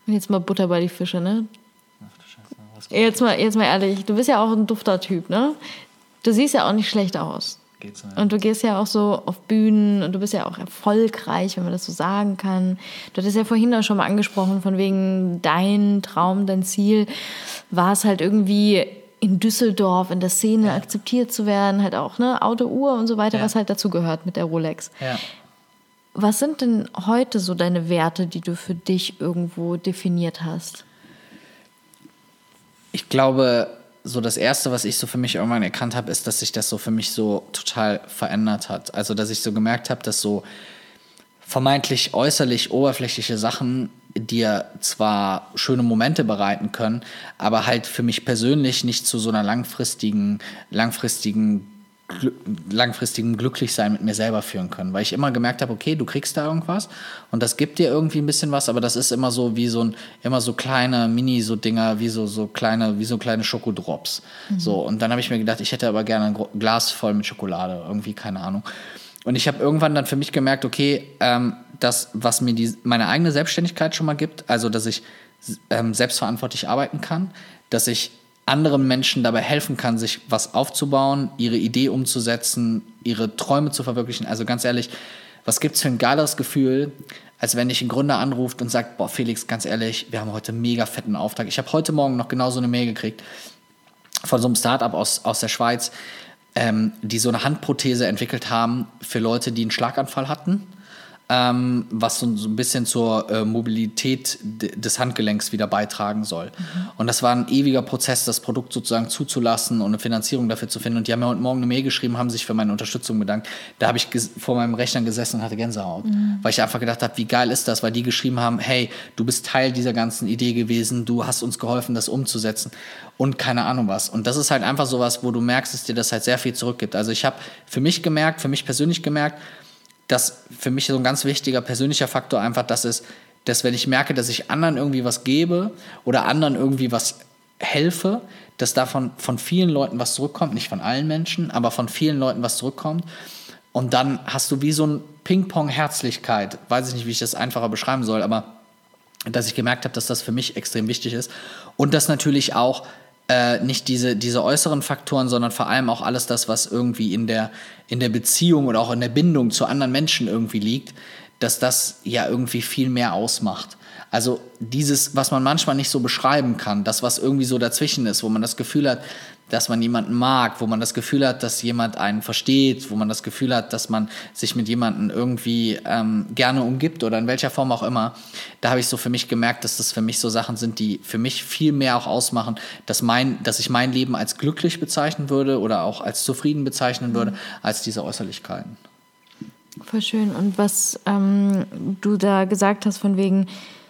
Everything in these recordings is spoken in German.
Und jetzt mal Butter bei die Fische, ne? Ach du Scheiße, Jetzt mal ehrlich, du bist ja auch ein Dufter-Typ, ne? Du siehst ja auch nicht schlecht aus. Geht's so, ja. Und du gehst ja auch so auf Bühnen und du bist ja auch erfolgreich, wenn man das so sagen kann. Du hattest ja vorhin auch schon mal angesprochen, von wegen dein Traum, dein Ziel war es halt irgendwie in Düsseldorf in der Szene akzeptiert zu werden, halt auch, ne, Auto, Uhr und so weiter, was halt dazu gehört mit der Rolex. Ja. Was sind denn heute so deine Werte, die du für dich irgendwo definiert hast? Ich glaube, so das Erste, was ich so für mich irgendwann erkannt habe, ist, dass sich das so für mich so total verändert hat. Also, dass ich so gemerkt habe, dass so vermeintlich äußerlich oberflächliche Sachen dir zwar schöne Momente bereiten können, aber halt für mich persönlich nicht zu so einer langfristigen Glücklichsein mit mir selber führen können. Weil ich immer gemerkt habe, okay, du kriegst da irgendwas und das gibt dir irgendwie ein bisschen was, aber das ist immer so wie immer so kleine Mini-Dinger, wie kleine Schokodrops. So, und dann habe ich mir gedacht, ich hätte aber gerne ein Glas voll mit Schokolade, irgendwie, keine Ahnung. Und ich habe irgendwann dann für mich gemerkt, okay, das, was mir meine eigene Selbstständigkeit schon mal gibt, also dass ich selbstverantwortlich arbeiten kann, dass ich anderen Menschen dabei helfen kann, sich was aufzubauen, ihre Idee umzusetzen, ihre Träume zu verwirklichen. Also ganz ehrlich, was gibt's für ein geileres Gefühl, als wenn dich ein Gründer anruft und sagt, boah Felix, ganz ehrlich, wir haben heute einen mega fetten Auftrag. Ich habe heute Morgen noch genau so eine Mail gekriegt von so einem Startup aus der Schweiz, die so eine Handprothese entwickelt haben für Leute, die einen Schlaganfall hatten. Was so ein bisschen zur Mobilität des Handgelenks wieder beitragen soll. Mhm. Und das war ein ewiger Prozess, das Produkt sozusagen zuzulassen und eine Finanzierung dafür zu finden. Und die haben mir heute Morgen eine Mail geschrieben, haben sich für meine Unterstützung bedankt. Da habe ich vor meinem Rechner gesessen und hatte Gänsehaut. Mhm. Weil ich einfach gedacht habe, wie geil ist das? Weil die geschrieben haben, hey, du bist Teil dieser ganzen Idee gewesen, du hast uns geholfen, das umzusetzen. Und keine Ahnung was. Und das ist halt einfach sowas, wo du merkst, dass dir das halt sehr viel zurückgibt. Also ich habe für mich persönlich gemerkt, dass für mich so ein ganz wichtiger persönlicher Faktor einfach das ist, dass wenn ich merke, dass ich anderen irgendwie was gebe oder anderen irgendwie was helfe, dass davon von vielen Leuten was zurückkommt, nicht von allen Menschen, aber von vielen Leuten was zurückkommt. Und dann hast du wie so ein Ping-Pong-Herzlichkeit, weiß ich nicht, wie ich das einfacher beschreiben soll, aber dass ich gemerkt habe, dass das für mich extrem wichtig ist. Und dass natürlich auch nicht diese äußeren Faktoren, sondern vor allem auch alles das, was irgendwie in der Beziehung oder auch in der Bindung zu anderen Menschen irgendwie liegt, dass das ja irgendwie viel mehr ausmacht. Also dieses, was man manchmal nicht so beschreiben kann, das, was irgendwie so dazwischen ist, wo man das Gefühl hat, dass man jemanden mag, wo man das Gefühl hat, dass jemand einen versteht, wo man das Gefühl hat, dass man sich mit jemandem irgendwie gerne umgibt oder in welcher Form auch immer. Da habe ich so für mich gemerkt, dass das für mich so Sachen sind, die für mich viel mehr auch ausmachen, dass ich mein Leben als glücklich bezeichnen würde oder auch als zufrieden bezeichnen würde, als diese Äußerlichkeiten. Voll schön. Und was du da gesagt hast von wegen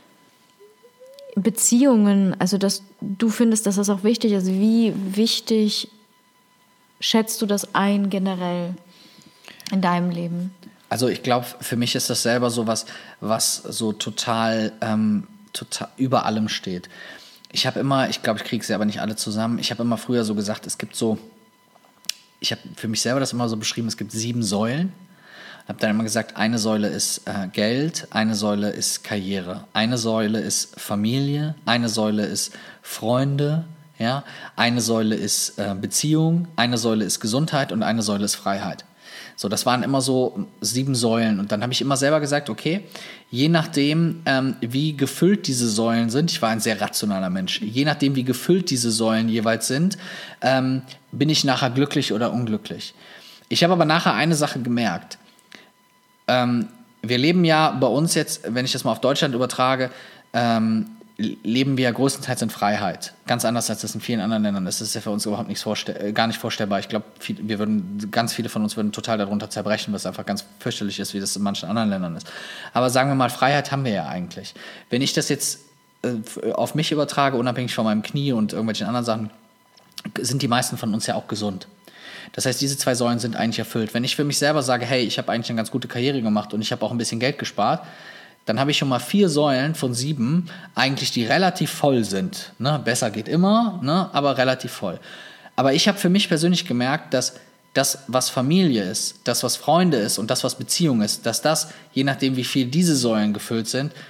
Beziehungen, also dass du findest, dass das auch wichtig ist. Wie wichtig schätzt du das ein generell in deinem Leben? Also ich glaube, für mich ist das selber so was so total über allem steht. Ich glaube, ich kriege sie aber nicht alle zusammen. Ich habe immer früher so gesagt, ich habe für mich selber das immer so beschrieben, es gibt 7 Säulen. Ich habe dann immer gesagt, eine Säule ist Geld, eine Säule ist Karriere, eine Säule ist Familie, eine Säule ist Freunde, ja, eine Säule ist Beziehung, eine Säule ist Gesundheit und eine Säule ist Freiheit. So, das waren immer so 7 Säulen. Und dann habe ich immer selber gesagt, okay, je nachdem, wie gefüllt diese Säulen sind, ich war ein sehr rationaler Mensch, je nachdem, wie gefüllt diese Säulen jeweils sind, bin ich nachher glücklich oder unglücklich. Ich habe aber nachher eine Sache gemerkt. Wir leben ja bei uns jetzt, wenn ich das mal auf Deutschland übertrage, leben wir ja größtenteils in Freiheit. Ganz anders, als das in vielen anderen Ländern ist. Das ist ja für uns überhaupt gar nicht vorstellbar. Ich glaube, ganz viele von uns würden total darunter zerbrechen, was einfach ganz fürchterlich ist, wie das in manchen anderen Ländern ist. Aber sagen wir mal, Freiheit haben wir ja eigentlich. Wenn ich das jetzt auf mich übertrage, unabhängig von meinem Knie und irgendwelchen anderen Sachen, sind die meisten von uns ja auch gesund. Das heißt, diese 2 Säulen sind eigentlich erfüllt. Wenn ich für mich selber sage, hey, ich habe eigentlich eine ganz gute Karriere gemacht und ich habe auch ein bisschen Geld gespart, dann habe ich schon mal 4 Säulen von 7 eigentlich, die relativ voll sind. Ne? Besser geht immer, ne? Aber relativ voll. Aber ich habe für mich persönlich gemerkt, dass das, was Familie ist, das, was Freunde ist und das, was Beziehung ist, dass das, je nachdem, wie viel diese Säulen gefüllt sind,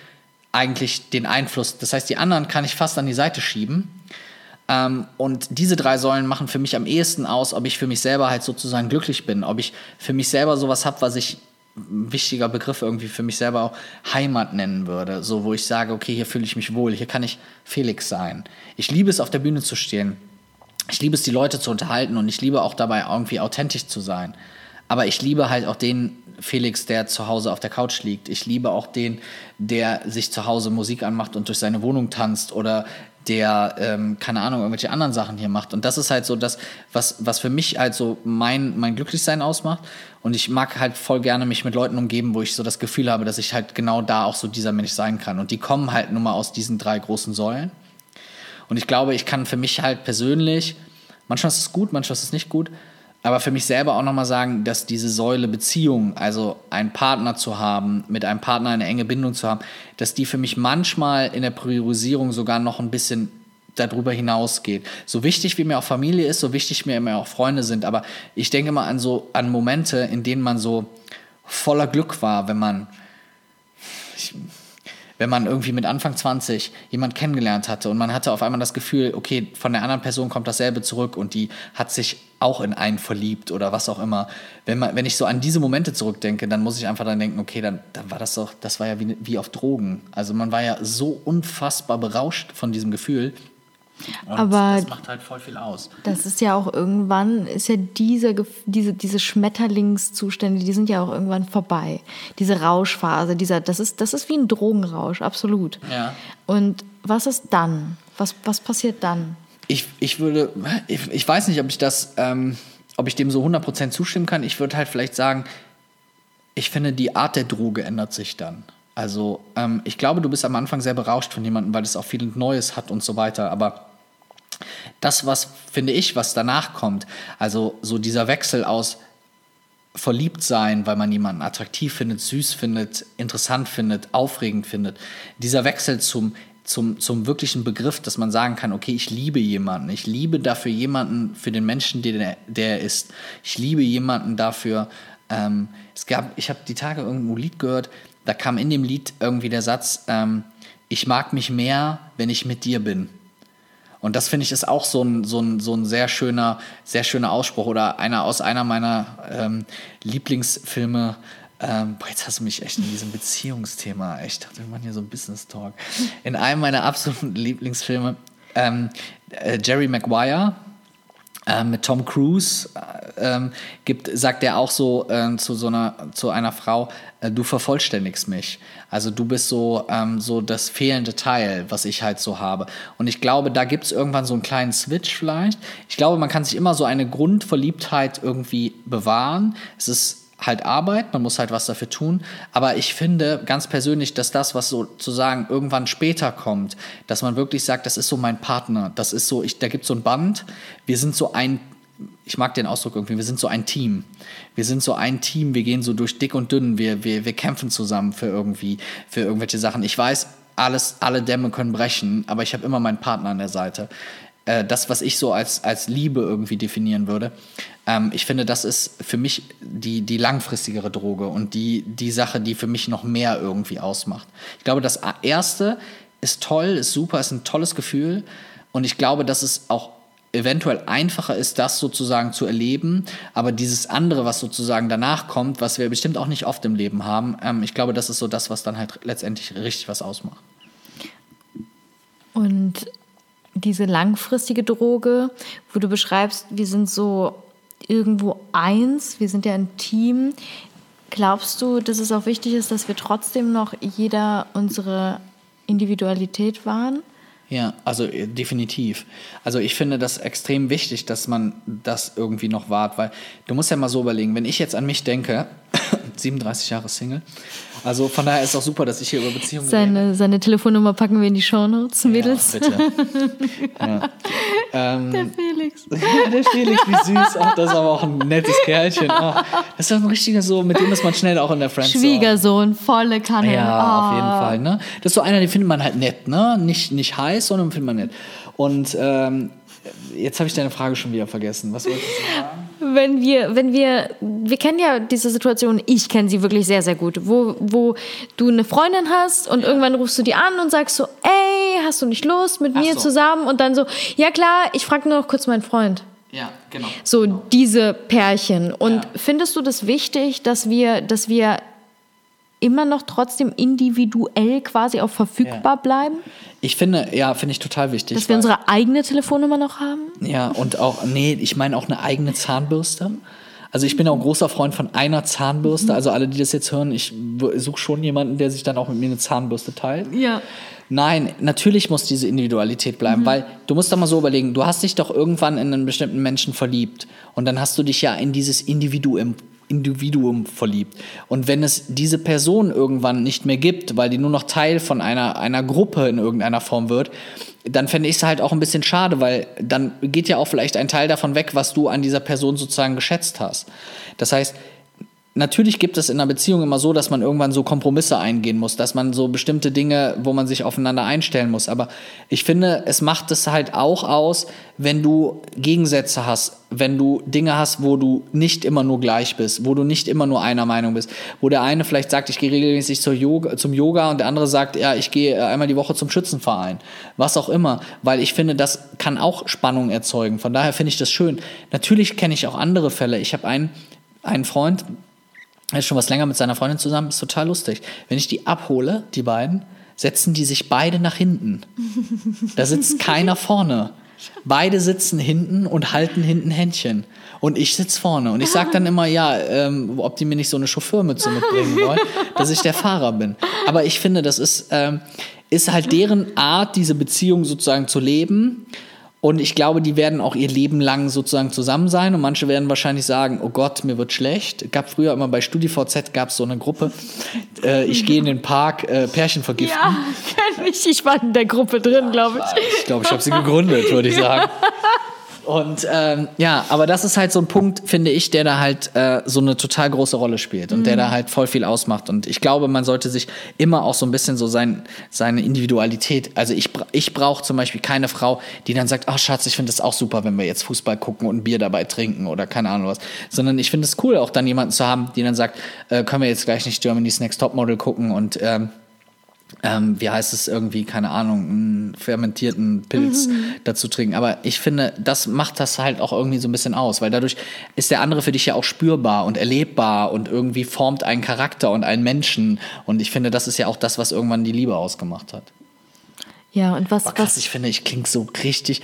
eigentlich den Einfluss. Das heißt, die anderen kann ich fast an die Seite schieben. Und diese 3 Säulen machen für mich am ehesten aus, ob ich für mich selber halt sozusagen glücklich bin, ob ich für mich selber sowas habe, was ich, ein wichtiger Begriff irgendwie für mich selber auch, Heimat nennen würde. So, wo ich sage, okay, hier fühle ich mich wohl, hier kann ich Felix sein. Ich liebe es, auf der Bühne zu stehen. Ich liebe es, die Leute zu unterhalten und ich liebe auch dabei, irgendwie authentisch zu sein. Aber ich liebe halt auch den Felix, der zu Hause auf der Couch liegt. Ich liebe auch den, der sich zu Hause Musik anmacht und durch seine Wohnung tanzt oder der, keine Ahnung, irgendwelche anderen Sachen hier macht. Und das ist halt so das, was für mich halt so mein Glücklichsein ausmacht. Und ich mag halt voll gerne mich mit Leuten umgeben, wo ich so das Gefühl habe, dass ich halt genau da auch so dieser Mensch sein kann. Und die kommen halt nun mal aus diesen 3 großen Säulen. Und ich glaube, ich kann für mich halt persönlich, manchmal ist es gut, manchmal ist es nicht gut, aber für mich selber auch nochmal sagen, dass diese Säule Beziehung, also einen Partner zu haben, mit einem Partner eine enge Bindung zu haben, dass die für mich manchmal in der Priorisierung sogar noch ein bisschen darüber hinausgeht. So wichtig wie mir auch Familie ist, so wichtig mir immer auch Freunde sind, aber ich denke immer an Momente, in denen man so voller Glück war, wenn man irgendwie mit Anfang 20 jemand kennengelernt hatte und man hatte auf einmal das Gefühl, okay, von der anderen Person kommt dasselbe zurück und die hat sich auch in einen verliebt oder was auch immer. Wenn ich so an diese Momente zurückdenke, dann muss ich einfach dann denken, okay, dann war das war ja wie auf Drogen. Also man war ja so unfassbar berauscht von diesem Gefühl. Und aber das macht halt voll viel aus. Das ist ja auch irgendwann, ist ja diese Schmetterlingszustände, die sind ja auch irgendwann vorbei. Diese Rauschphase, das ist wie ein Drogenrausch, absolut. Ja. Und was ist dann? Was passiert dann? Ich weiß nicht, ob ich dem so 100% zustimmen kann. Ich würde halt vielleicht sagen, ich finde, die Art der Droge ändert sich dann. Also ich glaube, du bist am Anfang sehr berauscht von jemandem, weil es auch viel Neues hat und so weiter. Aber das, was danach kommt, also so dieser Wechsel aus verliebt sein, weil man jemanden attraktiv findet, süß findet, interessant findet, aufregend findet, dieser Wechsel zum wirklichen Begriff, dass man sagen kann, okay, ich liebe jemanden. Ich liebe dafür jemanden, für den Menschen, der er ist. Ich liebe jemanden dafür. Ich habe die Tage irgendwo ein Lied gehört, da kam in dem Lied irgendwie der Satz, ich mag mich mehr, wenn ich mit dir bin. Und das finde ich ist auch so ein sehr schöner Ausspruch oder aus einer meiner Lieblingsfilme. Jetzt hast du mich echt in diesem Beziehungsthema. Ich dachte, wir machen hier so ein Business-Talk. In einem meiner absoluten Lieblingsfilme, Jerry Maguire mit Tom Cruise, sagt er auch so zu einer Frau, du vervollständigst mich. Also du bist so das fehlende Teil, was ich halt so habe. Und ich glaube, da gibt es irgendwann so einen kleinen Switch vielleicht. Ich glaube, man kann sich immer so eine Grundverliebtheit irgendwie bewahren. Es ist halt Arbeit, man muss halt was dafür tun. Aber ich finde ganz persönlich, dass das, was sozusagen irgendwann später kommt, dass man wirklich sagt, das ist so mein Partner, das ist so, da gibt es so ein Band, wir sind so ich mag den Ausdruck irgendwie, wir sind so ein Team. Wir sind so ein Team, wir gehen so durch dick und dünn, wir kämpfen zusammen für irgendwelche Sachen. Ich weiß, alle Dämme können brechen, aber ich habe immer meinen Partner an der Seite. Das, was ich so als Liebe irgendwie definieren würde. Ich finde, das ist für mich die langfristigere Droge und die Sache, die für mich noch mehr irgendwie ausmacht. Ich glaube, das Erste ist toll, ist super, ist ein tolles Gefühl und ich glaube, dass es auch eventuell einfacher ist, das sozusagen zu erleben, aber dieses andere, was sozusagen danach kommt, was wir bestimmt auch nicht oft im Leben haben, ich glaube, das ist so das, was dann halt letztendlich richtig was ausmacht. Und diese langfristige Droge, wo du beschreibst, wir sind so irgendwo eins, wir sind ja ein Team. Glaubst du, dass es auch wichtig ist, dass wir trotzdem noch jeder unsere Individualität wahren? Ja, also definitiv. Also ich finde das extrem wichtig, dass man das irgendwie noch wahrt, weil du musst ja mal so überlegen, wenn ich jetzt an mich denke, 37 Jahre Single, also von daher ist es auch super, dass ich hier über Beziehungen rede. Seine Telefonnummer packen wir in die Shownotes, Mädels. Ja, bitte. Ja. Der Felix. Ja, der Felix, wie süß. Ach, das ist aber auch ein nettes Kerlchen. Oh, das ist doch ein richtiger so, mit dem ist man schnell auch in der Friendzone. Schwiegersohn, volle Kanne. Ja, auf jeden Fall. Ne? Das ist so einer, den findet man halt nett. Ne? Nicht heiß, sondern findet man nett. Und jetzt habe ich deine Frage schon wieder vergessen. Was wolltest du sagen? wir kennen ja diese Situation, ich kenne sie wirklich sehr, sehr gut, wo du eine Freundin hast und irgendwann rufst du die an und sagst so, ey, hast du nicht Lust mit mir zusammen? Und dann so, ja klar, ich frage nur noch kurz meinen Freund. Ja, genau. So diese Pärchen. Und findest du das wichtig, dass wir immer noch trotzdem individuell quasi auch verfügbar bleiben? Ich finde ich total wichtig. Dass wir unsere eigene Telefonnummer noch haben? Ja, und auch, ich meine auch eine eigene Zahnbürste. Also ich bin auch ein großer Freund von einer Zahnbürste. Also alle, die das jetzt hören, ich suche schon jemanden, der sich dann auch mit mir eine Zahnbürste teilt. Ja. Nein, natürlich muss diese Individualität bleiben, weil du musst doch mal so überlegen, du hast dich doch irgendwann in einen bestimmten Menschen verliebt und dann hast du dich ja in dieses Individuum verliebt. Und wenn es diese Person irgendwann nicht mehr gibt, weil die nur noch Teil von einer Gruppe in irgendeiner Form wird, dann fände ich es halt auch ein bisschen schade, weil dann geht ja auch vielleicht ein Teil davon weg, was du an dieser Person sozusagen geschätzt hast. Das heißt, natürlich gibt es in einer Beziehung immer so, dass man irgendwann so Kompromisse eingehen muss, dass man so bestimmte Dinge, wo man sich aufeinander einstellen muss. Aber ich finde, es macht es halt auch aus, wenn du Gegensätze hast, wenn du Dinge hast, wo du nicht immer nur gleich bist, wo du nicht immer nur einer Meinung bist, wo der eine vielleicht sagt, ich gehe regelmäßig zum Yoga und der andere sagt, ja, ich gehe einmal die Woche zum Schützenverein, was auch immer, weil ich finde, das kann auch Spannung erzeugen. Von daher finde ich das schön. Natürlich kenne ich auch andere Fälle. Ich habe einen Freund, er ist schon was länger mit seiner Freundin zusammen, ist total lustig. Wenn ich die abhole, die beiden, setzen die sich beide nach hinten. Da sitzt keiner vorne. Beide sitzen hinten und halten hinten Händchen. Und ich sitze vorne. Und ich sage dann immer, ob die mir nicht so eine Chauffeurmütze mitbringen wollen, dass ich der Fahrer bin. Aber ich finde, das ist halt deren Art, diese Beziehung sozusagen zu leben. Und ich glaube, die werden auch ihr Leben lang sozusagen zusammen sein. Und manche werden wahrscheinlich sagen, oh Gott, mir wird schlecht. Es gab früher immer bei StudiVZ gab es so eine Gruppe, ich gehe in den Park, Pärchen vergiften. Ja, kenn ich. Ich war in der Gruppe drin, glaube ich. Ich glaube, ich habe sie gegründet, würde ich sagen. Und aber das ist halt so ein Punkt, finde ich, der da halt so eine total große Rolle spielt und der da halt voll viel ausmacht. Und ich glaube, man sollte sich immer auch so ein bisschen so seine Individualität, also ich brauche zum Beispiel keine Frau, die dann sagt, ach Schatz, ich finde das auch super, wenn wir jetzt Fußball gucken und ein Bier dabei trinken oder keine Ahnung was. Sondern ich finde es cool, auch dann jemanden zu haben, die dann sagt, können wir jetzt gleich nicht Germany's Next Topmodel gucken und wie heißt es irgendwie, keine Ahnung, einen fermentierten Pilz dazu trinken. Aber ich finde, das macht das halt auch irgendwie so ein bisschen aus, weil dadurch ist der andere für dich ja auch spürbar und erlebbar und irgendwie formt einen Charakter und einen Menschen. Und ich finde, das ist ja auch das, was irgendwann die Liebe ausgemacht hat. Ja, und was... Krass, ich finde, ich klinge so richtig,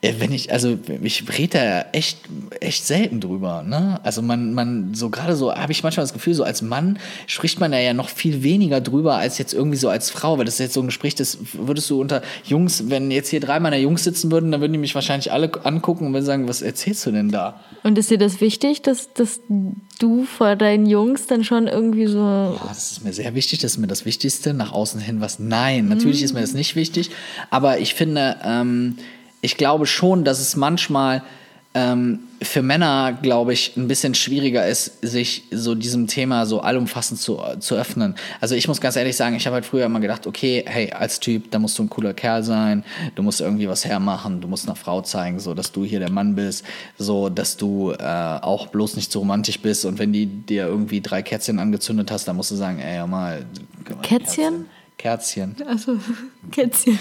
ich rede da echt selten drüber, ne? Also man so gerade so, habe ich manchmal das Gefühl, so als Mann spricht man da ja noch viel weniger drüber als jetzt irgendwie so als Frau, weil das ist jetzt so ein Gespräch, das würdest du unter Jungs, wenn jetzt hier 3 meiner Jungs sitzen würden, dann würden die mich wahrscheinlich alle angucken und würden sagen, was erzählst du denn da? Und ist dir das wichtig, dass du vor deinen Jungs dann schon irgendwie so... Ja, das ist mir sehr wichtig, das ist mir das Wichtigste, nach außen hin Nein, natürlich ist mir das nicht wichtig, aber ich finde, ich glaube schon, dass es manchmal für Männer, glaube ich, ein bisschen schwieriger ist, sich so diesem Thema so allumfassend zu öffnen. Also ich muss ganz ehrlich sagen, ich habe halt früher immer gedacht, okay, hey, als Typ, da musst du ein cooler Kerl sein, du musst irgendwie was hermachen, du musst einer Frau zeigen, so, dass du hier der Mann bist, so, dass du auch bloß nicht so romantisch bist und wenn die dir irgendwie 3 Kerzchen angezündet hast, dann musst du sagen, ey, hör mal. Kerzchen? Kerzchen. Also Kätzchen.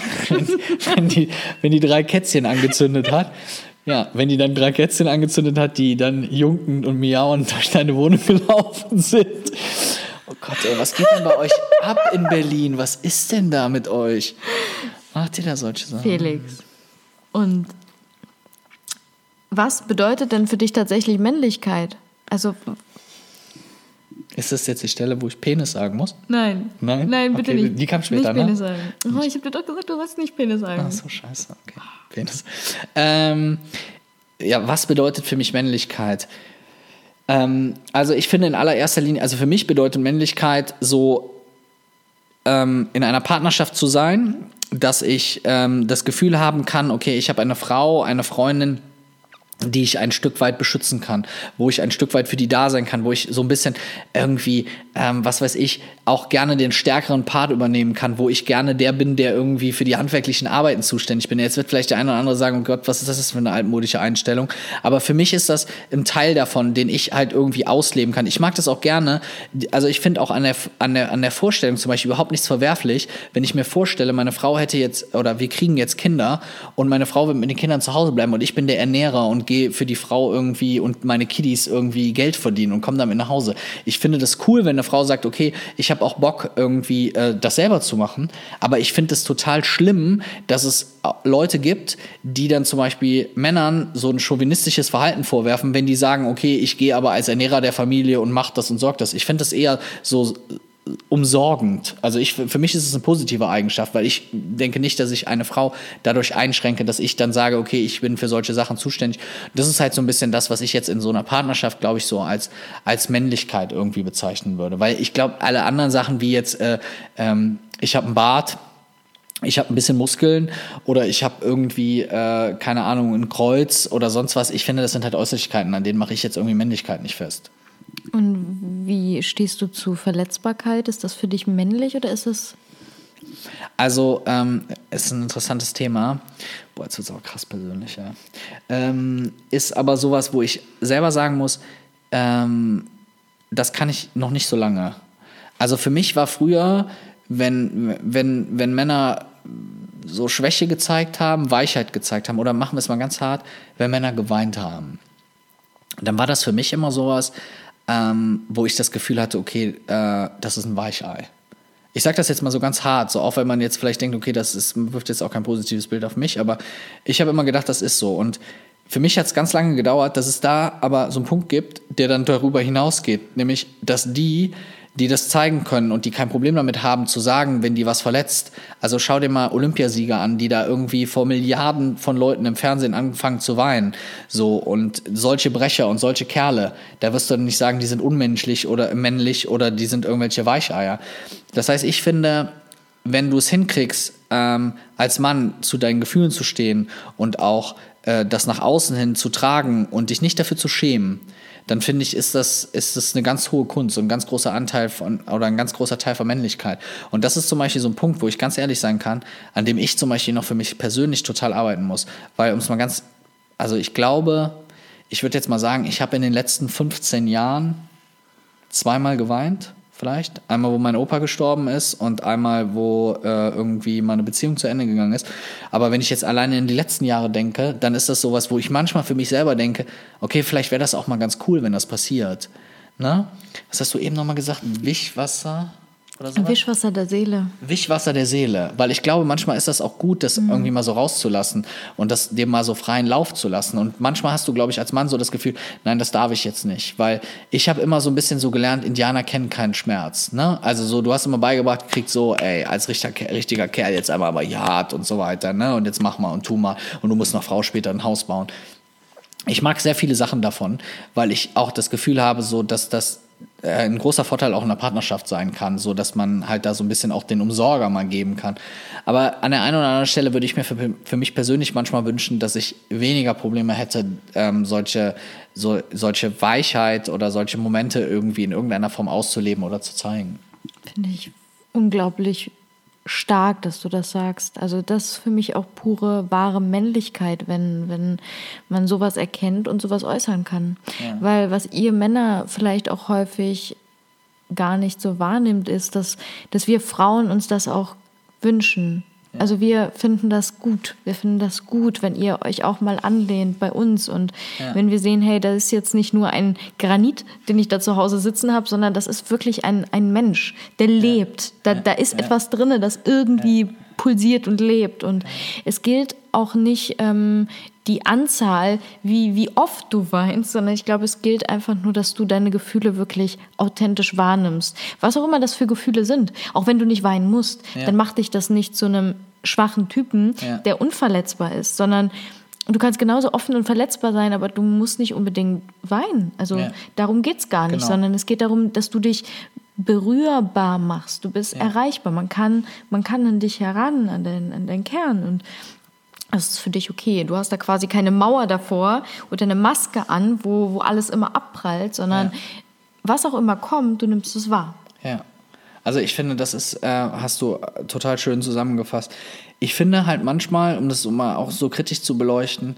wenn die 3 Kätzchen angezündet hat, ja, wenn die dann 3 Kätzchen angezündet hat, die dann junkend und miauend durch deine Wohnung gelaufen sind. Oh Gott, ey, was geht denn bei euch ab in Berlin? Was ist denn da mit euch? Macht ihr da solche Sachen? Felix. Und was bedeutet denn für dich tatsächlich Männlichkeit? Also... Ist das jetzt die Stelle, wo ich Penis sagen muss? Nein. Nein? Nein, bitte okay, nicht. Die kam später, nicht Penis ne? sagen. Oh, ich habe dir doch gesagt, du sollst nicht Penis sagen. Ach so, scheiße. Okay, Penis. Was bedeutet für mich Männlichkeit? Also ich finde in allererster Linie, also für mich bedeutet Männlichkeit so in einer Partnerschaft zu sein, dass ich das Gefühl haben kann, okay, ich habe eine Frau, eine Freundin, die ich ein Stück weit beschützen kann, wo ich ein Stück weit für die da sein kann, wo ich so ein bisschen irgendwie, was weiß ich, auch gerne den stärkeren Part übernehmen kann, wo ich gerne der bin, der irgendwie für die handwerklichen Arbeiten zuständig bin. Jetzt wird vielleicht der eine oder andere sagen, oh Gott, was ist das für eine altmodische Einstellung? Aber für mich ist das ein Teil davon, den ich halt irgendwie ausleben kann. Ich mag das auch gerne, also ich finde auch an der Vorstellung zum Beispiel überhaupt nichts verwerflich, wenn ich mir vorstelle, meine Frau hätte jetzt, oder wir kriegen jetzt Kinder und meine Frau wird mit den Kindern zu Hause bleiben und ich bin der Ernährer und gehe für die Frau irgendwie und meine Kiddies irgendwie Geld verdienen und komme damit nach Hause. Ich finde das cool, wenn eine Frau sagt, okay, ich habe auch Bock irgendwie das selber zu machen, aber ich finde es total schlimm, dass es Leute gibt, die dann zum Beispiel Männern so ein chauvinistisches Verhalten vorwerfen, wenn die sagen, okay, ich gehe aber als Ernährer der Familie und mache das und sorge das. Ich finde das eher so umsorgend. Also für mich ist es eine positive Eigenschaft, weil ich denke nicht, dass ich eine Frau dadurch einschränke, dass ich dann sage, okay, ich bin für solche Sachen zuständig. Das ist halt so ein bisschen das, was ich jetzt in so einer Partnerschaft, glaube ich, so als Männlichkeit irgendwie bezeichnen würde. Weil ich glaube, alle anderen Sachen wie jetzt, ich habe einen Bart, ich habe ein bisschen Muskeln oder ich habe irgendwie, keine Ahnung, ein Kreuz oder sonst was. Ich finde, das sind halt Äußerlichkeiten, an ddenen mache ich jetzt irgendwie Männlichkeit nicht fest. Und wie stehst du zu Verletzbarkeit? Ist das für dich männlich oder ist es... Also, ist ein interessantes Thema. Boah, jetzt wird es aber krass persönlich, ja. Ist aber sowas, wo ich selber sagen muss, das kann ich noch nicht so lange. Also für mich war früher, wenn Männer so Schwäche gezeigt haben, Weichheit gezeigt haben, oder machen wir es mal ganz hart, wenn Männer geweint haben, dann war das für mich immer sowas, wo ich das Gefühl hatte, okay, das ist ein Weichei. Ich sage das jetzt mal so ganz hart, so auch wenn man jetzt vielleicht denkt, okay, wirft jetzt auch kein positives Bild auf mich, aber ich habe immer gedacht, das ist so. Und für mich hat es ganz lange gedauert, dass es da aber so einen Punkt gibt, der dann darüber hinausgeht, nämlich, dass die das zeigen können und die kein Problem damit haben zu sagen, wenn die was verletzt. Also schau dir mal Olympiasieger an, die da irgendwie vor Milliarden von Leuten im Fernsehen anfangen zu weinen. So, und solche Brecher und solche Kerle, da wirst du dann nicht sagen, die sind unmenschlich oder männlich oder die sind irgendwelche Weicheier. Das heißt, ich finde, wenn du es hinkriegst, als Mann zu deinen Gefühlen zu stehen und auch das nach außen hin zu tragen und dich nicht dafür zu schämen, dann finde ich, ist das eine ganz hohe Kunst und ein ganz großer Anteil oder ein ganz großer Teil von Männlichkeit. Und das ist zum Beispiel so ein Punkt, wo ich ganz ehrlich sein kann, an dem ich zum Beispiel noch für mich persönlich total arbeiten muss. Weil, also ich glaube, ich würde jetzt mal sagen, ich habe in den letzten 15 Jahren zweimal geweint, vielleicht. Einmal, wo mein Opa gestorben ist und einmal, wo irgendwie meine Beziehung zu Ende gegangen ist. Aber wenn ich jetzt alleine in die letzten Jahre denke, dann ist das sowas, wo ich manchmal für mich selber denke, okay, vielleicht wäre das auch mal ganz cool, wenn das passiert. Ne? Was hast du eben nochmal gesagt? Wischwasser? Oder so? Wischwasser der Seele. Wischwasser der Seele. Weil ich glaube, manchmal ist das auch gut, das irgendwie mal so rauszulassen und das dem mal so freien Lauf zu lassen. Und manchmal hast du, glaube ich, als Mann so das Gefühl, nein, das darf ich jetzt nicht. Weil ich habe immer so ein bisschen so gelernt, Indianer kennen keinen Schmerz. Ne? Also so, du hast immer beigebracht, kriegst so, ey, als richtiger Kerl jetzt einmal aber hart und so weiter. Ne? Und jetzt mach mal und tu mal. Und du musst noch Frau später ein Haus bauen. Ich mag sehr viele Sachen davon, weil ich auch das Gefühl habe, so, dass das ein großer Vorteil auch in der Partnerschaft sein kann, so dass man halt da so ein bisschen auch den Umsorger mal geben kann. Aber an der einen oder anderen Stelle würde ich mir für mich persönlich manchmal wünschen, dass ich weniger Probleme hätte, solche Weichheit oder solche Momente irgendwie in irgendeiner Form auszuleben oder zu zeigen. Finde ich unglaublich stark, dass du das sagst. Also das ist für mich auch pure, wahre Männlichkeit, wenn man sowas erkennt und sowas äußern kann. Ja. Weil was ihr Männer vielleicht auch häufig gar nicht so wahrnimmt, ist, dass wir Frauen uns das auch wünschen. Ja. Also wir finden das gut. Wir finden das gut, wenn ihr euch auch mal anlehnt bei uns und wenn wir sehen, hey, das ist jetzt nicht nur ein Granit, den ich da zu Hause sitzen habe, sondern das ist wirklich ein Mensch, der lebt. Da ist etwas drin, das irgendwie pulsiert und lebt. Und es gilt auch nicht die Anzahl, wie oft du weinst, sondern ich glaube, es gilt einfach nur, dass du deine Gefühle wirklich authentisch wahrnimmst. Was auch immer das für Gefühle sind. Auch wenn du nicht weinen musst, dann macht dich das nicht zu einem schwachen Typen, der unverletzbar ist, sondern du kannst genauso offen und verletzbar sein, aber du musst nicht unbedingt weinen. Also darum geht es gar nicht, sondern es geht darum, dass du dich berührbar machst. Du bist erreichbar. Man kann an dich heran, an deinen Kern. Und Das ist für dich okay. Du hast da quasi keine Mauer davor oder eine Maske an, wo alles immer abprallt, sondern was auch immer kommt, du nimmst es wahr. Ja. Also ich finde, das ist, hast du total schön zusammengefasst. Ich finde halt manchmal, um das mal auch so kritisch zu beleuchten,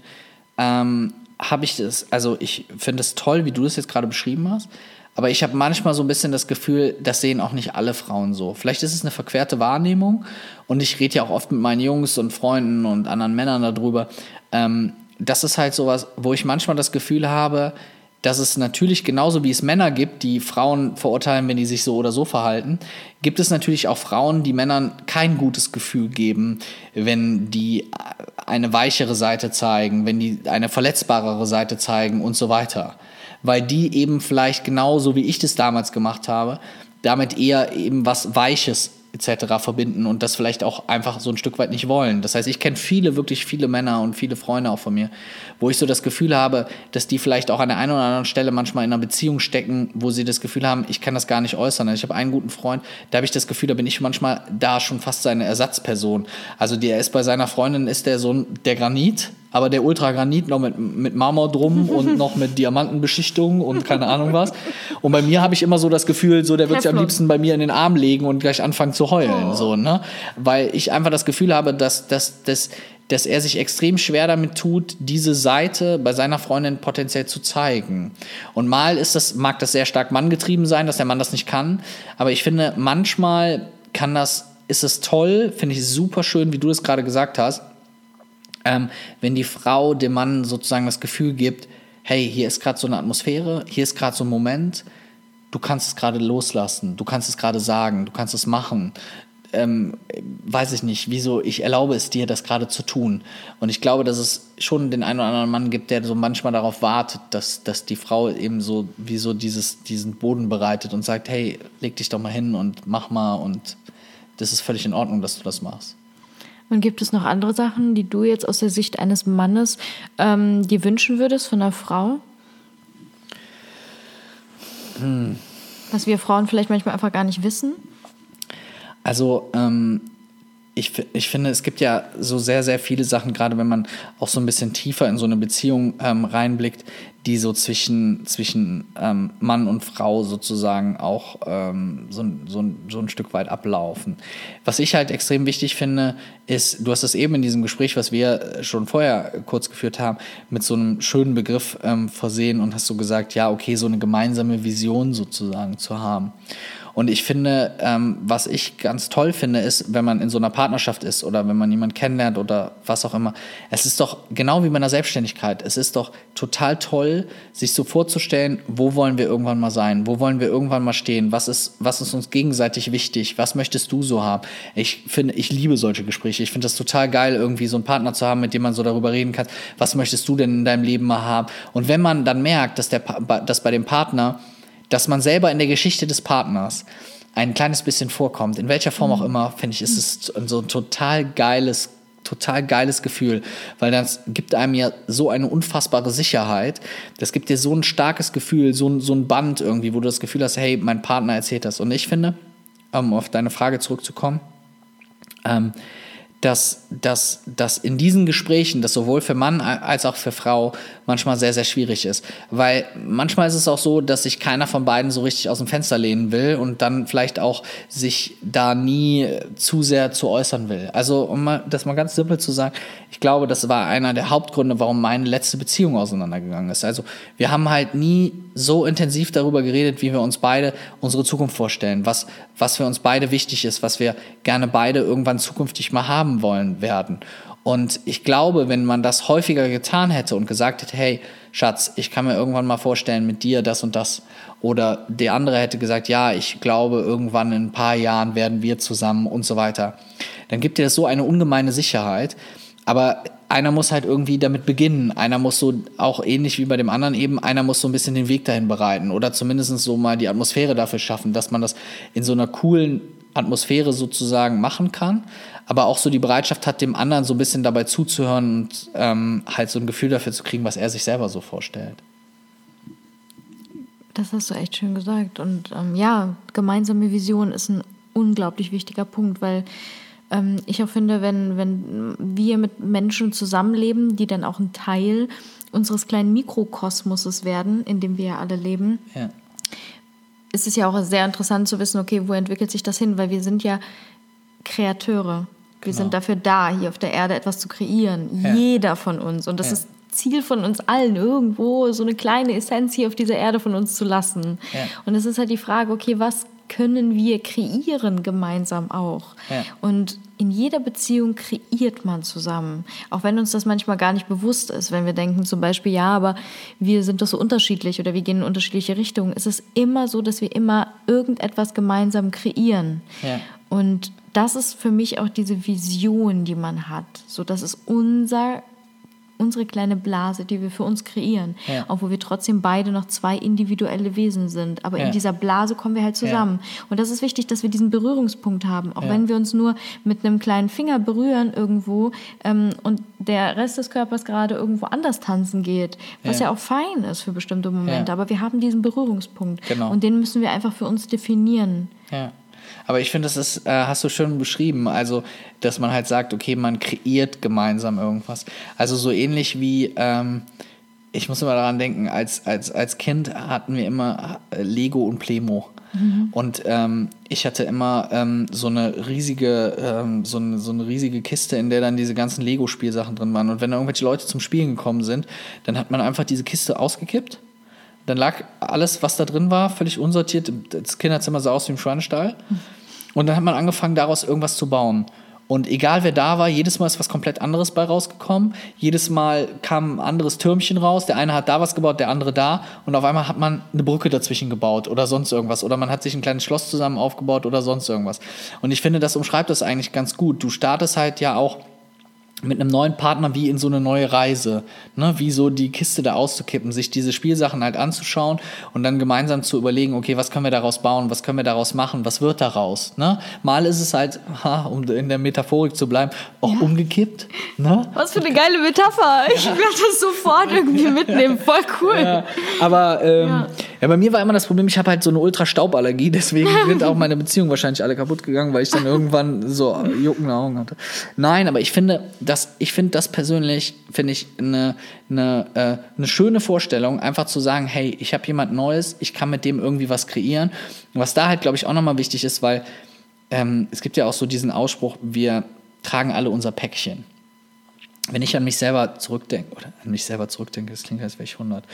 habe ich das, also ich finde es toll, wie du das jetzt gerade beschrieben hast, aber ich habe manchmal so ein bisschen das Gefühl, das sehen auch nicht alle Frauen so. Vielleicht ist es eine verquerte Wahrnehmung und ich rede ja auch oft mit meinen Jungs und Freunden und anderen Männern darüber. Das ist halt sowas, wo ich manchmal das Gefühl habe, dass es natürlich genauso wie es Männer gibt, die Frauen verurteilen, wenn die sich so oder so verhalten, gibt es natürlich auch Frauen, die Männern kein gutes Gefühl geben, wenn die eine weichere Seite zeigen, wenn die eine verletzbarere Seite zeigen und so weiter. Weil die eben vielleicht genauso wie ich das damals gemacht habe, damit eher eben was Weiches etc. verbinden und das vielleicht auch einfach so ein Stück weit nicht wollen. Das heißt, ich kenne wirklich viele Männer und viele Freunde auch von mir, wo ich so das Gefühl habe, dass die vielleicht auch an der einen oder anderen Stelle manchmal in einer Beziehung stecken, wo sie das Gefühl haben, ich kann das gar nicht äußern. Also ich habe einen guten Freund, da habe ich das Gefühl, da bin ich manchmal da schon fast seine Ersatzperson. Also der ist bei seiner Freundin, ist der so der Granit, aber der Ultragranit noch mit Marmor drum und noch mit Diamantenbeschichtung und keine Ahnung was. Und bei mir habe ich immer so das Gefühl, so der wird sich am liebsten bei mir in den Arm legen und gleich anfangen zu heulen. So, ne? Weil ich einfach das Gefühl habe, dass er sich extrem schwer damit tut, diese Seite bei seiner Freundin potenziell zu zeigen. Und mal mag das sehr stark manngetrieben sein, dass der Mann das nicht kann. Aber ich finde, manchmal ist es toll, finde ich super schön, wie du das gerade gesagt hast, wenn die Frau dem Mann sozusagen das Gefühl gibt, hey, hier ist gerade so eine Atmosphäre, hier ist gerade so ein Moment, du kannst es gerade loslassen, du kannst es gerade sagen, du kannst es machen. Weiß ich nicht, wieso, ich erlaube es dir, das gerade zu tun. Und ich glaube, dass es schon den einen oder anderen Mann gibt, der so manchmal darauf wartet, dass die Frau eben so wie so diesen Boden bereitet und sagt, hey, leg dich doch mal hin und mach mal und das ist völlig in Ordnung, dass du das machst. Und gibt es noch andere Sachen, die du jetzt aus der Sicht eines Mannes dir wünschen würdest von einer Frau? Was wir Frauen vielleicht manchmal einfach gar nicht wissen? Also ich finde, es gibt ja so sehr, sehr viele Sachen, gerade wenn man auch so ein bisschen tiefer in so eine Beziehung reinblickt, die so zwischen Mann und Frau sozusagen auch so ein Stück weit ablaufen. Was ich halt extrem wichtig finde, ist, du hast es eben in diesem Gespräch, was wir schon vorher kurz geführt haben, mit so einem schönen Begriff versehen und hast so gesagt, ja, okay, so eine gemeinsame Vision sozusagen zu haben. Und ich finde, was ich ganz toll finde, ist, wenn man in so einer Partnerschaft ist oder wenn man jemanden kennenlernt oder was auch immer, es ist doch genau wie bei einer Selbstständigkeit, es ist doch total toll, sich so vorzustellen, wo wollen wir irgendwann mal sein, wo wollen wir irgendwann mal stehen, was ist uns gegenseitig wichtig, was möchtest du so haben? Ich liebe solche Gespräche, ich finde das total geil, irgendwie so einen Partner zu haben, mit dem man so darüber reden kann, was möchtest du denn in deinem Leben mal haben? Und wenn man dann merkt, dass bei dem Partner, dass man selber in der Geschichte des Partners ein kleines bisschen vorkommt, in welcher Form auch immer, finde ich, ist es so ein total geiles Gefühl, weil das gibt einem ja so eine unfassbare Sicherheit, das gibt dir so ein starkes Gefühl, so ein Band irgendwie, wo du das Gefühl hast, hey, mein Partner erzählt das. Und ich finde, um auf deine Frage zurückzukommen, dass in diesen Gesprächen, das sowohl für Mann als auch für Frau manchmal sehr, sehr schwierig ist. Weil manchmal ist es auch so, dass sich keiner von beiden so richtig aus dem Fenster lehnen will und dann vielleicht auch sich da nie zu sehr zu äußern will. Also um das mal ganz simpel zu sagen, ich glaube, das war einer der Hauptgründe, warum meine letzte Beziehung auseinandergegangen ist. Also wir haben halt nie so intensiv darüber geredet, wie wir uns beide unsere Zukunft vorstellen, was für uns beide wichtig ist, was wir gerne beide irgendwann zukünftig mal haben wollen werden. Und ich glaube, wenn man das häufiger getan hätte und gesagt hätte, hey, Schatz, ich kann mir irgendwann mal vorstellen, mit dir das und das. Oder der andere hätte gesagt, ja, ich glaube, irgendwann in ein paar Jahren werden wir zusammen und so weiter. Dann gibt dir das so eine ungemeine Sicherheit. Aber einer muss halt irgendwie damit beginnen. Einer muss so, auch ähnlich wie bei dem anderen eben, einer muss so ein bisschen den Weg dahin bereiten. Oder zumindest so mal die Atmosphäre dafür schaffen, dass man das in so einer coolen Atmosphäre sozusagen machen kann, aber auch so die Bereitschaft hat, dem anderen so ein bisschen dabei zuzuhören und halt so ein Gefühl dafür zu kriegen, was er sich selber so vorstellt. Das hast du echt schön gesagt. Und ja, gemeinsame Vision ist ein unglaublich wichtiger Punkt, weil ich auch finde, wenn wir mit Menschen zusammenleben, die dann auch ein Teil unseres kleinen Mikrokosmoses werden, in dem wir ja alle leben, ist es ja auch sehr interessant zu wissen, okay, wo entwickelt sich das hin? Weil wir sind ja Kreateure. Wir sind dafür da, hier auf der Erde etwas zu kreieren. Ja. Jeder von uns. Und das ist Ziel von uns allen, irgendwo so eine kleine Essenz hier auf dieser Erde von uns zu lassen. Ja. Und es ist halt die Frage, okay, was können wir kreieren gemeinsam auch? Ja. Und in jeder Beziehung kreiert man zusammen. Auch wenn uns das manchmal gar nicht bewusst ist. Wenn wir denken zum Beispiel, ja, aber wir sind doch so unterschiedlich oder wir gehen in unterschiedliche Richtungen. Es ist immer so, dass wir immer irgendetwas gemeinsam kreieren. Ja. Und das ist für mich auch diese Vision, die man hat. So, das ist unsere kleine Blase, die wir für uns kreieren. Ja. Obwohl wir trotzdem beide noch zwei individuelle Wesen sind. Aber in dieser Blase kommen wir halt zusammen. Ja. Und das ist wichtig, dass wir diesen Berührungspunkt haben. Auch wenn wir uns nur mit einem kleinen Finger berühren irgendwo und der Rest des Körpers gerade irgendwo anders tanzen geht. Was ja auch fein ist für bestimmte Momente. Aber wir haben diesen Berührungspunkt. Genau. Und den müssen wir einfach für uns definieren. Ja. Aber ich finde, das ist, hast du schön beschrieben, also, dass man halt sagt, okay, man kreiert gemeinsam irgendwas. Also so ähnlich wie, ich muss immer daran denken, als Kind hatten wir immer Lego und Playmo. Mhm. Und ich hatte immer so eine riesige Kiste, in der dann diese ganzen Lego-Spielsachen drin waren. Und wenn da irgendwelche Leute zum Spielen gekommen sind, dann hat man einfach diese Kiste ausgekippt. Dann lag alles, was da drin war, völlig unsortiert. Das Kinderzimmer sah aus wie im Schweinestall. Und dann hat man angefangen, daraus irgendwas zu bauen. Und egal wer da war, jedes Mal ist was komplett anderes bei rausgekommen. Jedes Mal kam ein anderes Türmchen raus. Der eine hat da was gebaut, der andere da. Und auf einmal hat man eine Brücke dazwischen gebaut oder sonst irgendwas. Oder man hat sich ein kleines Schloss zusammen aufgebaut oder sonst irgendwas. Und ich finde, das umschreibt das eigentlich ganz gut. Du startest halt ja auch mit einem neuen Partner wie in so eine neue Reise, ne? Wie so die Kiste da auszukippen, sich diese Spielsachen halt anzuschauen und dann gemeinsam zu überlegen, okay, was können wir daraus bauen, was können wir daraus machen, was wird daraus, ne? Mal ist es halt, um in der Metaphorik zu bleiben, auch umgekippt, ne? Was für eine geile Metapher, ich werde das sofort irgendwie mitnehmen, voll cool. Ja, aber bei mir war immer das Problem, ich habe halt so eine Ultra-Stauballergie, deswegen sind auch meine Beziehungen wahrscheinlich alle kaputt gegangen, weil ich dann irgendwann so juckende Augen hatte. Nein, aber ich finde das persönlich, eine schöne Vorstellung, einfach zu sagen, hey, ich habe jemand Neues, ich kann mit dem irgendwie was kreieren. Und was da halt, glaube ich, auch nochmal wichtig ist, weil es gibt ja auch so diesen Ausspruch, wir tragen alle unser Päckchen. Wenn ich an mich selber zurückdenke, das klingt, als wäre ich 100,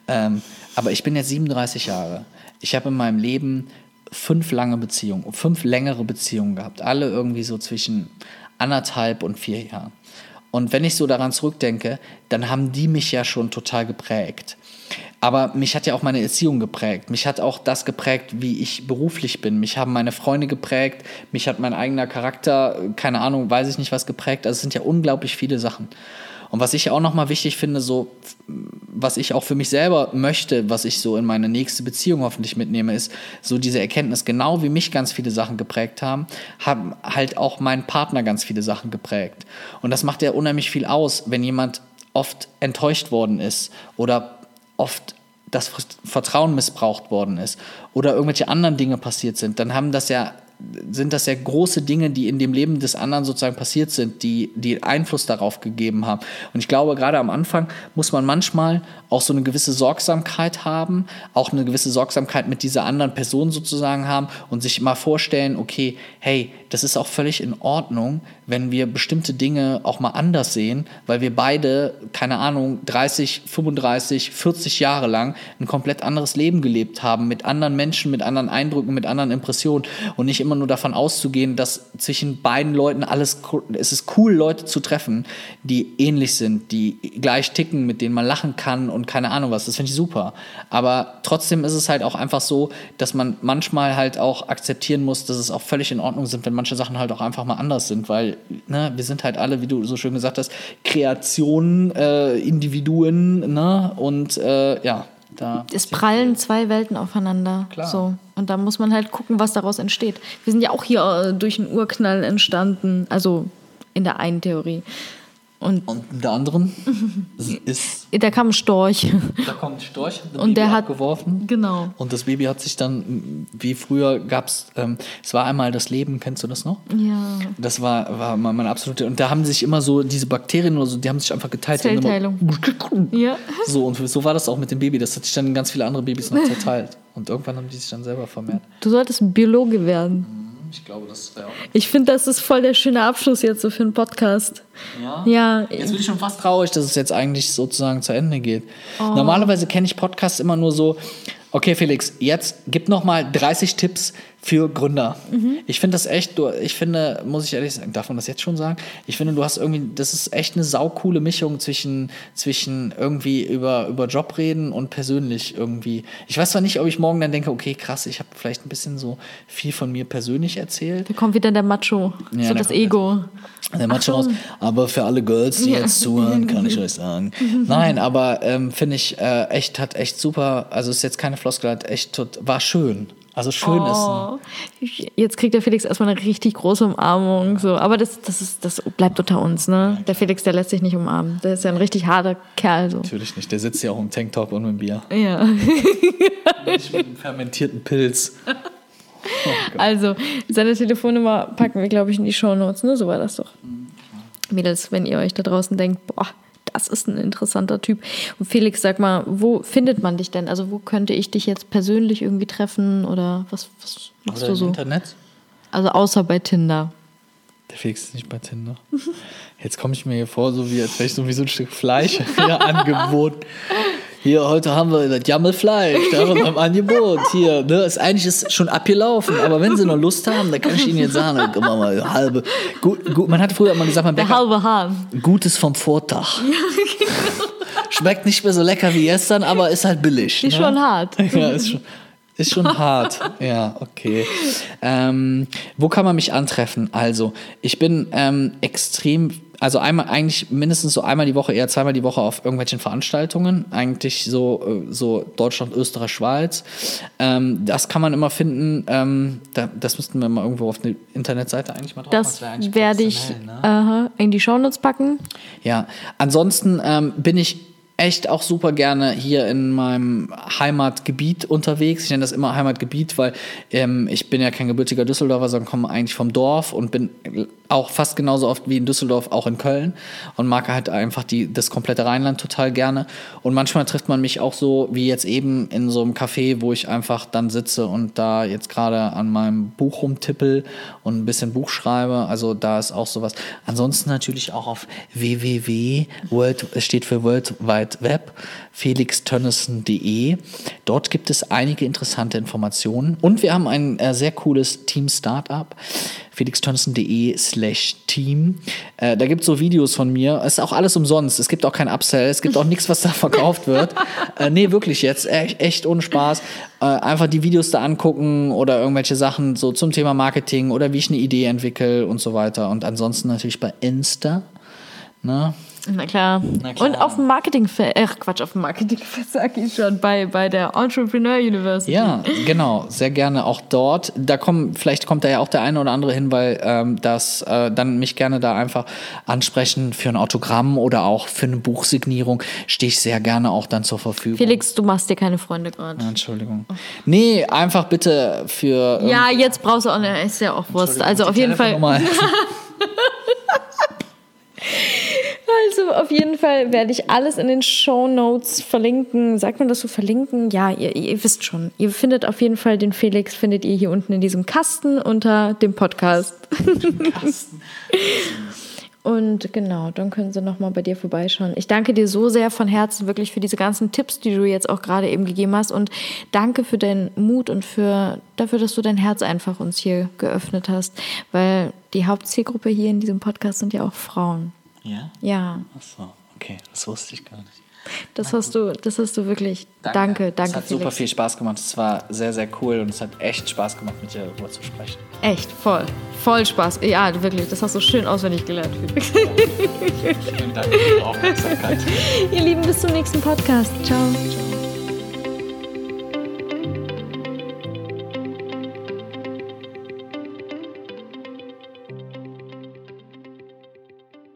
aber ich bin jetzt 37 Jahre. Ich habe in meinem Leben 5 längere Beziehungen gehabt, alle irgendwie so zwischen 1,5 und 4 Jahren. Und wenn ich so daran zurückdenke, dann haben die mich ja schon total geprägt. Aber mich hat ja auch meine Erziehung geprägt. Mich hat auch das geprägt, wie ich beruflich bin. Mich haben meine Freunde geprägt. Mich hat mein eigener Charakter, keine Ahnung, weiß ich nicht was geprägt. Also es sind ja unglaublich viele Sachen. Und was ich auch nochmal wichtig finde, so, was ich auch für mich selber möchte, was ich so in meine nächste Beziehung hoffentlich mitnehme, ist so diese Erkenntnis, genau wie mich ganz viele Sachen geprägt haben halt auch mein Partner ganz viele Sachen geprägt. Und das macht ja unheimlich viel aus, wenn jemand oft enttäuscht worden ist oder oft das Vertrauen missbraucht worden ist oder irgendwelche anderen Dinge passiert sind, dann sind das ja große Dinge, die in dem Leben des anderen sozusagen passiert sind, die Einfluss darauf gegeben haben. Und ich glaube, gerade am Anfang muss man manchmal auch so eine gewisse Sorgsamkeit haben, auch eine gewisse Sorgsamkeit mit dieser anderen Person sozusagen haben und sich mal vorstellen, okay, hey, das ist auch völlig in Ordnung, wenn wir bestimmte Dinge auch mal anders sehen, weil wir beide, keine Ahnung, 30, 35, 40 Jahre lang ein komplett anderes Leben gelebt haben, mit anderen Menschen, mit anderen Eindrücken, mit anderen Impressionen und nicht immer nur davon auszugehen, dass zwischen beiden Leuten es ist cool, Leute zu treffen, die ähnlich sind, die gleich ticken, mit denen man lachen kann und keine Ahnung was. Das finde ich super. Aber trotzdem ist es halt auch einfach so, dass man manchmal halt auch akzeptieren muss, dass es auch völlig in Ordnung sind, wenn manche Sachen halt auch einfach mal anders sind, weil wir sind halt alle, wie du so schön gesagt hast, Kreationen, Individuen, ne? Und es prallen zwei Welten aufeinander. Klar. So. Und da muss man halt gucken, was daraus entsteht. Wir sind ja auch hier durch einen Urknall entstanden, also in der einen Theorie. Und der anderen ist... Da kam ein Storch. Da kommt ein Storch, und der hat abgeworfen. Genau. Und das Baby hat sich dann, wie früher gab es, es war einmal das Leben, kennst du das noch? Ja. Das war meine absolute... Und da haben sich immer so diese Bakterien oder so, die haben sich einfach geteilt. Zellteilung. Ja. So, und so war das auch mit dem Baby. Das hat sich dann in ganz viele andere Babys noch zerteilt. Und irgendwann haben die sich dann selber vermehrt. Du solltest Biologe werden. Ich glaube, das wäre auch... Ich finde, das ist voll der schöne Abschluss jetzt so für einen Podcast. Ja? Ja. Jetzt bin ich schon fast traurig, dass es jetzt eigentlich sozusagen zu Ende geht. Normalerweise kenne ich Podcasts immer nur so, okay Felix, jetzt gib noch mal 30 Tipps für Gründer. Ich finde das echt, muss ich ehrlich sagen, darf man das jetzt schon sagen? Ich finde, du hast irgendwie, das ist echt eine saukoole Mischung zwischen irgendwie über Job reden und persönlich irgendwie. Ich weiß zwar nicht, ob ich morgen dann denke, okay, krass, ich habe vielleicht ein bisschen so viel von mir persönlich erzählt. Da kommt wieder der Macho, Ja, so das Ego. Der Macho raus. Aber für alle Girls, die jetzt zuhören, kann ich euch sagen. Nein, aber finde ich hat echt super, also ist jetzt keine Floskel, war schön. Also schön ist. Jetzt kriegt der Felix erstmal eine richtig große Umarmung. So. Aber das bleibt unter uns, ne? Der Felix, der lässt sich nicht umarmen. Der ist ja ein richtig harter Kerl. So. Natürlich nicht. Der sitzt ja auch im Tanktop und mit dem Bier. Ja. Nicht mit einem fermentierten Pilz. Oh also, seine Telefonnummer packen wir, glaube ich, in die Shownotes, ne? So war das doch. Mädels, wenn ihr euch da draußen denkt, boah, das ist ein interessanter Typ. Und Felix, sag mal, wo findet man dich denn? Also wo könnte ich dich jetzt persönlich irgendwie treffen oder was machst du so? Im Internet? Also außer bei Tinder. Der Felix ist nicht bei Tinder. Jetzt komme ich mir hier vor, so als wäre ich so wie so ein Stück Fleisch hier angeboten. Hier, heute haben wir das Jammelfleisch, da haben wir beim Angebot. Hier, ne? Eigentlich ist es schon abgelaufen, aber wenn Sie noch Lust haben, dann kann ich Ihnen jetzt sagen, dann können wir mal eine halbe. Gut, man hat früher immer gesagt, man der halbe Hahn. Gutes vom Vortag. Ja, genau. Schmeckt nicht mehr so lecker wie gestern, aber ist halt billig. Ist schon hart. Ja, ist schon hart. Ja, okay. Wo kann man mich antreffen? Also, ich bin extrem, also eigentlich mindestens so einmal die Woche, eher zweimal die Woche auf irgendwelchen Veranstaltungen. Eigentlich so Deutschland, Österreich, Schweiz. Das kann man immer finden. Das müssten wir mal irgendwo auf eine Internetseite eigentlich mal drauf machen. Das werde ich in die Shownotes packen. Ja, ansonsten bin ich echt auch super gerne hier in meinem Heimatgebiet unterwegs. Ich nenne das immer Heimatgebiet, weil ich bin ja kein gebürtiger Düsseldorfer, sondern komme eigentlich vom Dorf und bin auch fast genauso oft wie in Düsseldorf auch in Köln und mag halt einfach das komplette Rheinland total gerne. Und manchmal trifft man mich auch so wie jetzt eben in so einem Café, wo ich einfach dann sitze und da jetzt gerade an meinem Buch rumtippel und ein bisschen Buch schreibe. Also da ist auch sowas. Ansonsten natürlich auch auf es steht für World Wide Web, felixtönnissen.de. Dort gibt es einige interessante Informationen. Und wir haben ein sehr cooles Team-Startup, felixtönnissen.de/team. Da gibt es so Videos von mir. Es ist auch alles umsonst. Es gibt auch kein Upsell. Es gibt auch nichts, was da verkauft wird. Nee, wirklich jetzt. Echt ohne Spaß. Einfach die Videos da angucken oder irgendwelche Sachen so zum Thema Marketing oder wie ich eine Idee entwickle und so weiter. Und ansonsten natürlich bei Insta. Ne? Na klar. Und auf dem auf dem Marketingfest sag ich schon, bei der Entrepreneur University. Ja, genau, sehr gerne auch dort. Vielleicht kommt da ja auch der eine oder andere hin, weil dann mich gerne da einfach ansprechen für ein Autogramm oder auch für eine Buchsignierung, stehe ich sehr gerne auch dann zur Verfügung. Felix, du machst dir keine Freunde gerade. Ja, Entschuldigung. Nee, einfach bitte für... Ja, jetzt brauchst du auch eine, ist ja auch Wurst. Also auf jeden Fall... Also auf jeden Fall werde ich alles in den Shownotes verlinken. Sagt man das so, verlinken? Ja, ihr wisst schon. Ihr findet auf jeden Fall den Felix, findet ihr hier unten in diesem Kasten unter dem Podcast. Kasten. Und genau, dann können sie nochmal bei dir vorbeischauen. Ich danke dir so sehr von Herzen wirklich für diese ganzen Tipps, die du jetzt auch gerade eben gegeben hast. Und danke für deinen Mut und dafür, dass du dein Herz einfach uns hier geöffnet hast. Weil die Hauptzielgruppe hier in diesem Podcast sind ja auch Frauen. Ja? Ja. Achso, okay, das wusste ich gar nicht. Das hast du wirklich. Danke. Es hat super viel Spaß gemacht. Es war sehr, sehr cool und es hat echt Spaß gemacht, mit dir darüber zu sprechen. Echt, voll Spaß. Ja, wirklich, das hast du schön auswendig gelernt, Felix. Vielen Dank für die Aufmerksamkeit. Ihr Lieben, bis zum nächsten Podcast. Ciao.